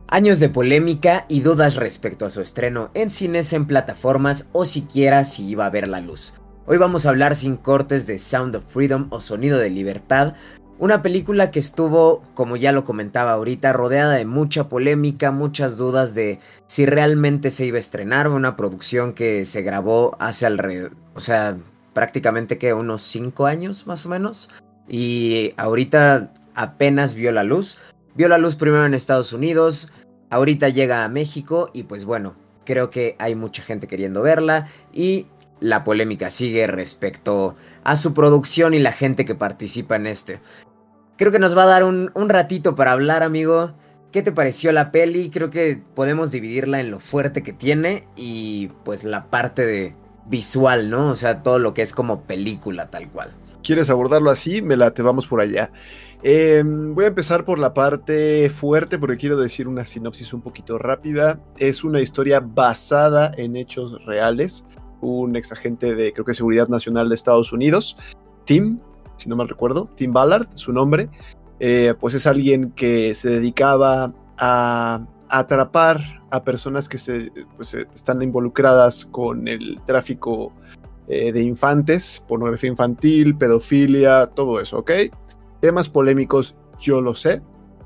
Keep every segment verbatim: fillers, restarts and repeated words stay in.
Años de polémica y dudas respecto a su estreno en cines, en plataformas o siquiera si iba a ver la luz. Hoy vamos a hablar sin cortes de Sound of Freedom o Sonido de Libertad, una película que estuvo, como ya lo comentaba ahorita, rodeada de mucha polémica, muchas dudas de si realmente se iba a estrenar, una producción que se grabó hace alrededor, o sea, prácticamente que unos cinco años más o menos, y ahorita apenas vio la luz. Vio la luz primero en Estados Unidos, ahorita llega a México y pues bueno, creo que hay mucha gente queriendo verla y la polémica sigue respecto a su producción y la gente que participa en este. Creo que nos va a dar un, un ratito para hablar, amigo. ¿Qué te pareció la peli? Creo que podemos dividirla en lo fuerte que tiene y pues la parte de visual, ¿no? O sea, todo lo que es como película tal cual. ¿Quieres abordarlo así? Me la te vamos por allá. Eh, voy a empezar por la parte fuerte porque quiero decir una sinopsis un poquito rápida. Es una historia basada en hechos reales. Un ex agente de, creo que Seguridad Nacional de Estados Unidos, Tim, si no mal recuerdo, Tim Ballard, su nombre, eh, pues es alguien que se dedicaba a, a atrapar a personas que se, pues, están involucradas con el tráfico eh, de infantes, pornografía infantil, pedofilia, todo eso, ¿ok? Temas polémicos, yo lo sé,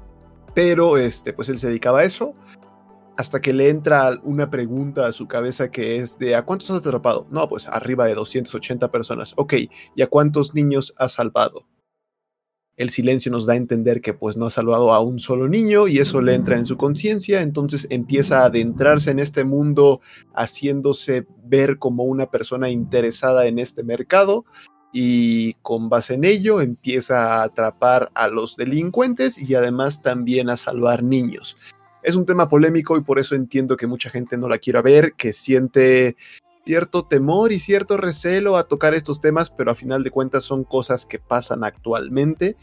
pero este, pues él se dedicaba a eso. Hasta que le entra una pregunta a su cabeza que es de ¿a cuántos has atrapado? No, pues arriba de doscientas ochenta personas. Ok, ¿y a cuántos niños has salvado? El silencio nos da a entender que pues no ha salvado a un solo niño y eso le entra en su conciencia, entonces empieza a adentrarse en este mundo haciéndose ver como una persona interesada en este mercado y con base en ello empieza a atrapar a los delincuentes y además también a salvar niños. Es un tema polémico y por eso entiendo que mucha gente no la quiera ver, que siente cierto temor y cierto recelo a tocar estos temas, pero a final de cuentas son cosas que pasan actualmente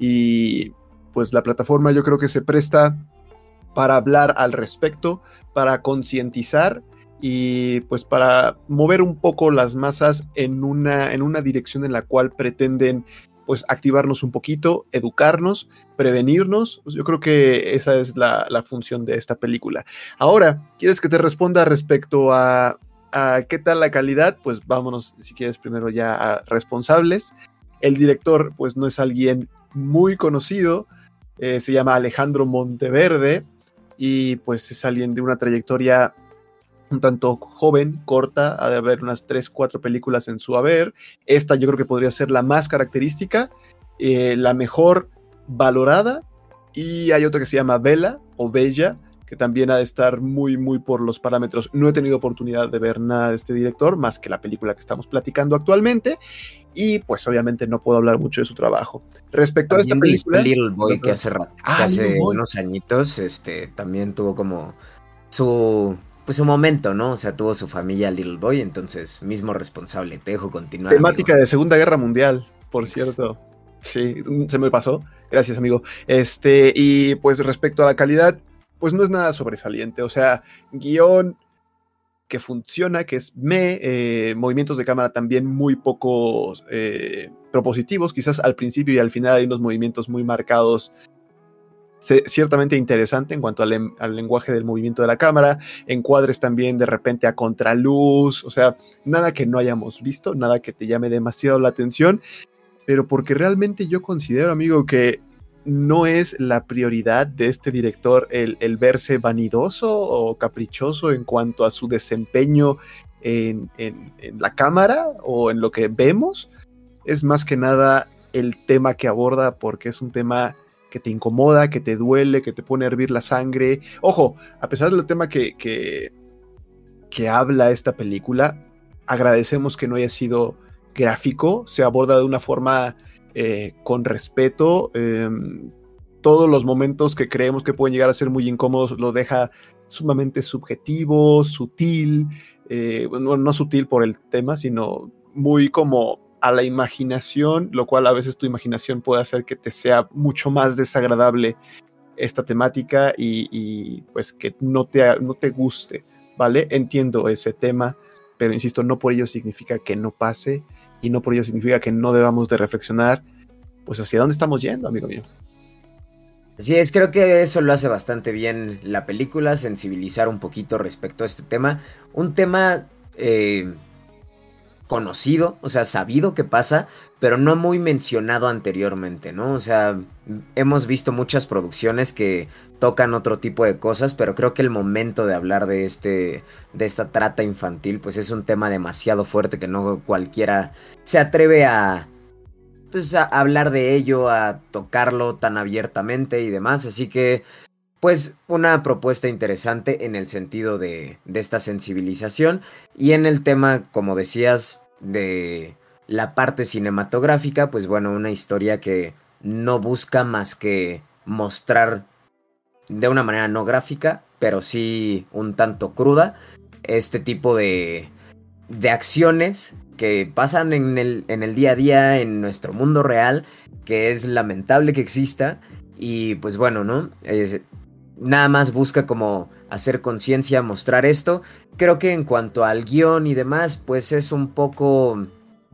y pues la plataforma yo creo que se presta para hablar al respecto, para concientizar y pues para mover un poco las masas en una, en una dirección en la cual pretenden pues activarnos un poquito, educarnos, prevenirnos. Pues yo creo que esa es la, la función de esta película. Ahora, ¿quieres que te responda respecto a, a qué tal la calidad? Pues vámonos, si quieres, primero ya a responsables. El director, pues no es alguien muy conocido, eh, se llama Alejandro Monteverde y pues es alguien de una trayectoria un tanto joven, corta, ha de haber unas tres, cuatro películas en su haber. Esta yo creo que podría ser la más característica, eh, la mejor valorada, y hay otra que se llama Bella o Bella, que también ha de estar muy, muy por los parámetros. No he tenido oportunidad de ver nada de este director, más que la película que estamos platicando actualmente, y pues obviamente no puedo hablar mucho de su trabajo. Respecto También a esta película... Little Boy, que hace, rato, ah, que hace Boy. unos añitos, este, también tuvo como su... pues su momento, ¿no? O sea, tuvo su familia Little Boy, entonces mismo responsable. Te dejo continuar, Temática amigo. de Segunda Guerra Mundial, por cierto. Sí, se me pasó. Gracias, amigo. Este, y pues respecto a la calidad, pues no es nada sobresaliente. O sea, guión que funciona, que es me, eh, movimientos de cámara también muy poco eh, propositivos. Quizás al principio y al final hay unos movimientos muy marcados, ciertamente interesante en cuanto al, al lenguaje del movimiento de la cámara, encuadres también de repente a contraluz, o sea, nada que no hayamos visto, nada que te llame demasiado la atención, pero porque realmente yo considero, amigo, que no es la prioridad de este director el, el verse vanidoso o caprichoso en cuanto a su desempeño en, en, en la cámara o en lo que vemos, es más que nada el tema que aborda, porque es un tema que te incomoda, que te duele, que te pone a hervir la sangre. Ojo, a pesar del tema que, que, que habla esta película, agradecemos que no haya sido gráfico, se aborda de una forma eh, con respeto. Eh, todos los momentos que creemos que pueden llegar a ser muy incómodos lo deja sumamente subjetivo, sutil, eh, no, no sutil por el tema, sino muy como a la imaginación, lo cual a veces tu imaginación puede hacer que te sea mucho más desagradable esta temática y, y pues que no te, no te guste, ¿vale? Entiendo ese tema, pero insisto, no por ello significa que no pase y no por ello significa que no debamos de reflexionar, pues hacia dónde estamos yendo, amigo mío. Así es, creo que eso lo hace bastante bien la película, sensibilizar un poquito respecto a este tema. Un tema eh, conocido, o sea, sabido que pasa, pero no muy mencionado anteriormente, ¿no? O sea, hemos visto muchas producciones que tocan otro tipo de cosas, pero creo que el momento de hablar de este, de esta trata infantil, pues es un tema demasiado fuerte que no cualquiera se atreve a, pues, a hablar de ello, a tocarlo tan abiertamente y demás, así que pues una propuesta interesante en el sentido de, de esta sensibilización y en el tema, como decías, de la parte cinematográfica, pues bueno, una historia que no busca más que mostrar de una manera no gráfica, pero sí un tanto cruda, este tipo de, de acciones que pasan en el, en el día a día, en nuestro mundo real, que es lamentable que exista. Y pues bueno, ¿no? Es, nada más busca como hacer conciencia, mostrar esto. Creo que en cuanto al guión y demás, pues es un poco...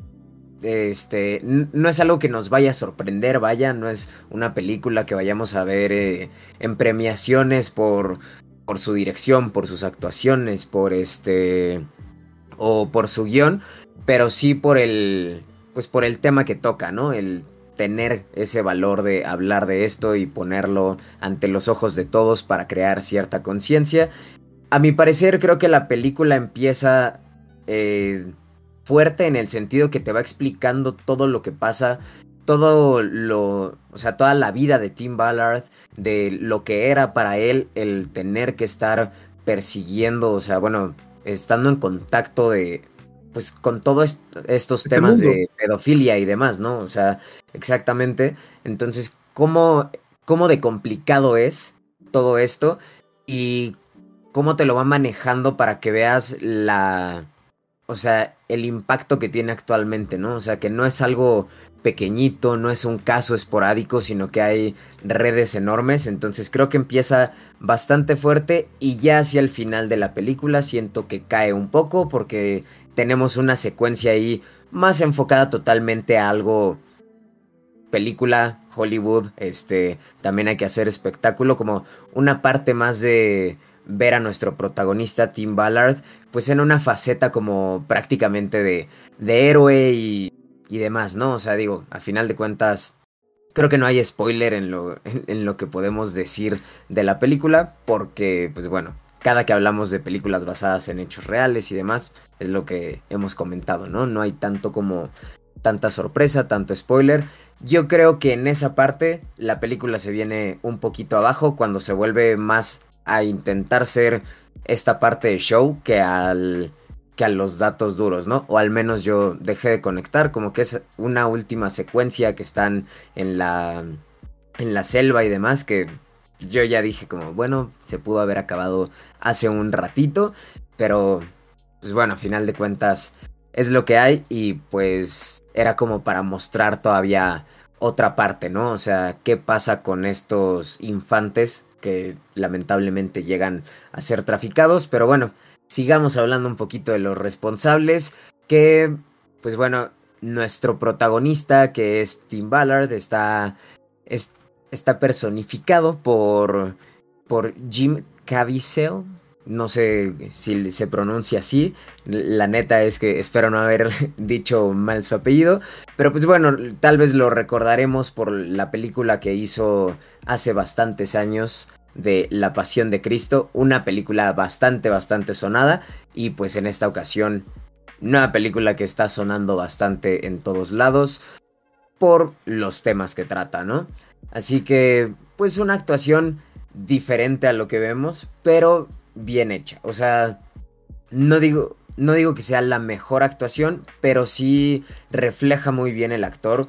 Este, no es algo que nos vaya a sorprender, vaya, no es una película que vayamos a ver eh, en premiaciones por, por su dirección, por sus actuaciones, por este, o por su guión, pero sí por el, pues por el tema que toca, ¿no? El tener ese valor de hablar de esto y ponerlo ante los ojos de todos para crear cierta conciencia. A mi parecer, creo que la película empieza eh, fuerte en el sentido que te va explicando todo lo que pasa, todo lo, o sea, toda la vida de Tim Ballard, de lo que era para él el tener que estar persiguiendo, o sea, bueno, estando en contacto de, pues, con todos est estos Este temas mundo. de pedofilia y demás, ¿no? O sea, exactamente. Entonces, ¿cómo, cómo de complicado es todo esto? Y cómo te lo va manejando para que veas la, o sea, el impacto que tiene actualmente, ¿no? O sea, que no es algo pequeñito, no es un caso esporádico, sino que hay redes enormes. Entonces creo que empieza bastante fuerte y ya hacia el final de la película siento que cae un poco porque tenemos una secuencia ahí más enfocada totalmente a algo película, Hollywood, este, también hay que hacer espectáculo, como una parte más de ver a nuestro protagonista Tim Ballard, pues en una faceta como prácticamente de, de héroe y, y demás, ¿no? O sea, digo, a final de cuentas, creo que no hay spoiler en lo, en, en lo que podemos decir de la película, porque, pues bueno, cada que hablamos de películas basadas en hechos reales y demás, es lo que hemos comentado, ¿no? No hay tanto como tanta sorpresa, tanto spoiler. Yo creo que en esa parte la película se viene un poquito abajo cuando se vuelve más a intentar ser esta parte de show que al que a los datos duros, ¿no? O al menos yo dejé de conectar, como que es una última secuencia que están en la en la selva y demás que yo ya dije como, bueno, se pudo haber acabado hace un ratito, pero pues bueno, a final de cuentas es lo que hay y pues era como para mostrar todavía otra parte, ¿no? O sea, ¿qué pasa con estos infantes que lamentablemente llegan a ser traficados? Pero bueno, sigamos hablando un poquito de los responsables, que pues bueno, nuestro protagonista que es Tim Ballard está, es- está personificado por, por Jim Caviezel. No sé si se pronuncia así. La neta es que espero no haber dicho mal su apellido. Pero pues bueno, tal vez lo recordaremos por la película que hizo hace bastantes años de La Pasión de Cristo. Una película bastante, bastante sonada. Y pues en esta ocasión, una película que está sonando bastante en todos lados por los temas que trata, ¿no? Así que, pues una actuación diferente a lo que vemos, pero bien hecha. O sea, no digo, no digo que sea la mejor actuación, pero sí refleja muy bien el actor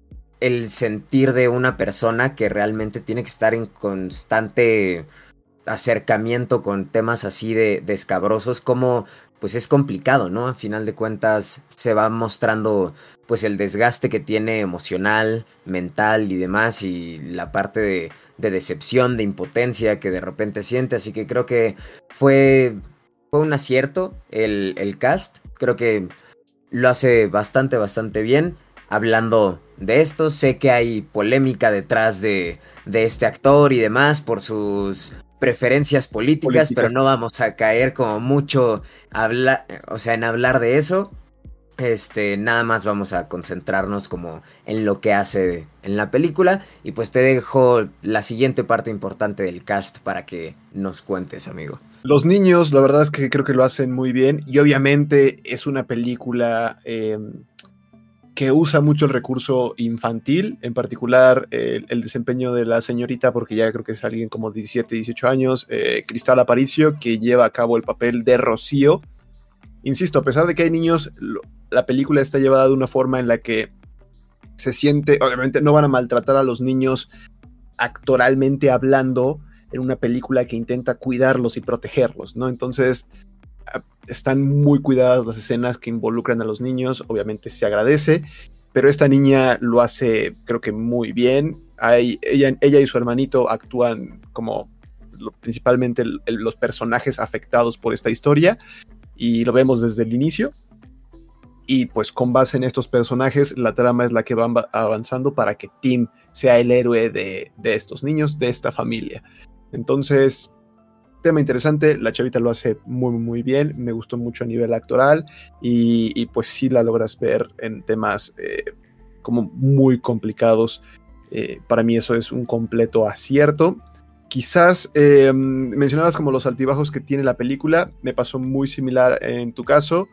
el sentir de una persona que realmente tiene que estar en constante acercamiento con temas así de, de escabrosos, como pues es complicado, ¿no? A final de cuentas se va mostrando pues el desgaste que tiene emocional, mental y demás, y la parte de, de decepción, de impotencia que de repente siente, así que creo que fue, fue un acierto el, el cast, creo que lo hace bastante, bastante bien. hablando de esto. Sé que hay polémica detrás de, de este actor y demás por sus preferencias políticas, Políticas. pero no vamos a caer como mucho habla, o sea, en hablar de eso. Este, nada más vamos a concentrarnos como en lo que hace en la película. Y pues te dejo la siguiente parte importante del cast para que nos cuentes, amigo. Los niños, la verdad es que creo que lo hacen muy bien. Y obviamente es una película eh, que usa mucho el recurso infantil, en particular el, el desempeño de la señorita, porque ya creo que es alguien como diecisiete, dieciocho años, eh, Cristal Aparicio, que lleva a cabo el papel de Rocío. Insisto, a pesar de que hay niños, lo, la película está llevada de una forma en la que se siente, obviamente no van a maltratar a los niños actoralmente hablando en una película que intenta cuidarlos y protegerlos, ¿no? Entonces, están muy cuidadas las escenas que involucran a los niños, obviamente se agradece, pero esta niña lo hace, creo que muy bien. Hay, ella, ella y su hermanito actúan como lo, principalmente el, el, los personajes afectados por esta historia, y lo vemos desde el inicio. Y pues con base en estos personajes, la trama es la que va avanzando para que Tim sea el héroe de, de estos niños, de esta familia. Entonces, tema interesante, la chavita lo hace muy muy bien, me gustó mucho a nivel actoral, y, y pues sí la logras ver en temas eh, como muy complicados. Eh, para mí eso es un completo acierto. Quizás eh, mencionabas como los altibajos que tiene la película, me pasó muy similar en tu caso.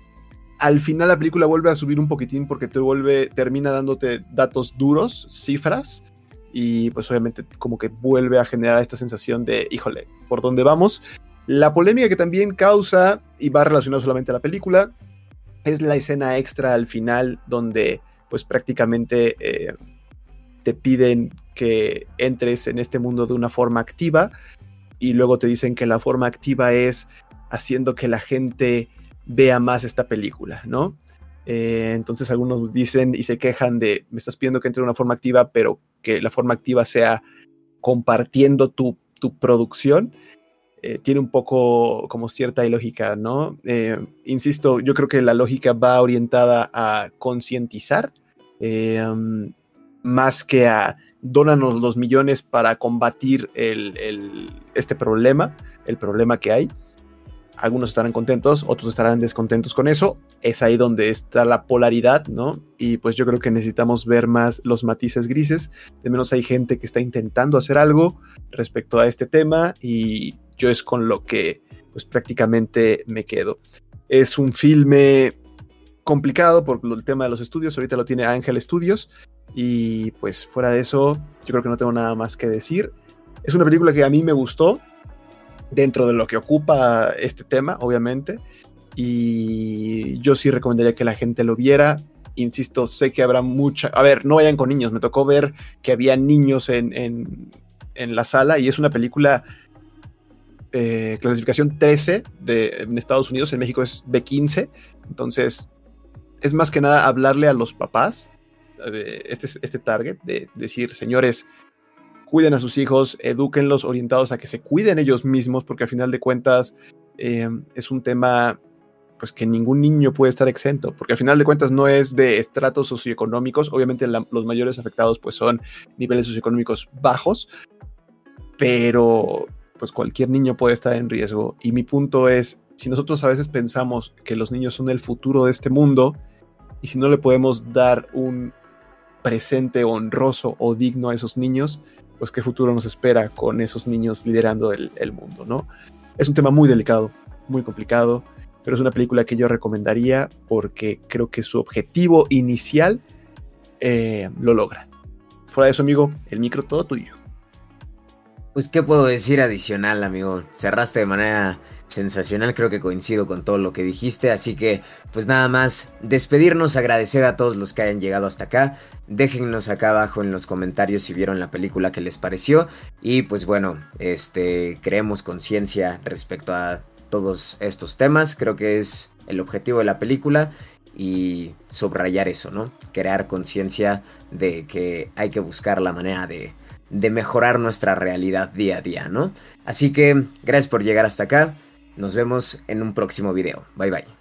Al final la película vuelve a subir un poquitín porque te vuelve, termina dándote datos duros, cifras, y pues obviamente como que vuelve a generar esta sensación de, híjole, ¿por dónde vamos? La polémica que también causa, y va relacionado solamente a la película, es la escena extra al final donde pues prácticamente eh, te piden que entres en este mundo de una forma activa, y luego te dicen que la forma activa es haciendo que la gente vea más esta película, ¿no? Eh, entonces algunos dicen y se quejan de, me estás pidiendo que entre de una forma activa, pero que la forma activa sea compartiendo tu, tu producción. Eh, tiene un poco como cierta ilógica, ¿no? Eh, insisto, yo creo que la lógica va orientada a concientizar, eh, um, más que a dónanos los millones para combatir el, el, este problema, el problema que hay. Algunos estarán contentos, otros estarán descontentos con eso. Es ahí donde está la polaridad, ¿no? Y pues yo creo que necesitamos ver más los matices grises. De menos hay gente que está intentando hacer algo respecto a este tema, y yo es con lo que pues prácticamente me quedo. Es un filme complicado por el tema de los estudios. Ahorita lo tiene Ángel Studios, y pues fuera de eso yo creo que no tengo nada más que decir. Es una película que a mí me gustó dentro de lo que ocupa este tema, obviamente, y yo sí recomendaría que la gente lo viera. Insisto, sé que habrá mucha... A ver, no vayan con niños, me tocó ver que había niños en, en, en la sala, y es una película eh, clasificación trece de, en Estados Unidos, en México es B quince, entonces es más que nada hablarle a los papás de este, este target, de decir, señores, cuiden a sus hijos, edúquenlos orientados a que se cuiden ellos mismos, porque al final de cuentas eh, es un tema pues que ningún niño puede estar exento, porque al final de cuentas no es de estratos socioeconómicos. Obviamente la, los mayores afectados pues son niveles socioeconómicos bajos, pero pues cualquier niño puede estar en riesgo. Y mi punto es, si nosotros a veces pensamos que los niños son el futuro de este mundo, y si no le podemos dar un presente honroso o digno a esos niños, pues qué futuro nos espera con esos niños liderando el, el mundo, ¿no? Es un tema muy delicado, muy complicado, pero es una película que yo recomendaría porque creo que su objetivo inicial eh, lo logra. Fuera de eso, amigo, el micro todo tuyo. Pues, ¿qué puedo decir adicional, amigo? Cerraste de manera sensacional, creo que coincido con todo lo que dijiste, así que pues nada más despedirnos, agradecer a todos los que hayan llegado hasta acá. Déjennos acá abajo en los comentarios si vieron la película, qué les pareció, y pues bueno, este creemos conciencia respecto a todos estos temas. Creo que es el objetivo de la película, y subrayar eso, ¿no? Crear conciencia de que hay que buscar la manera de de mejorar nuestra realidad día a día, ¿no? Así que gracias por llegar hasta acá. Nos vemos en un próximo video. Bye bye.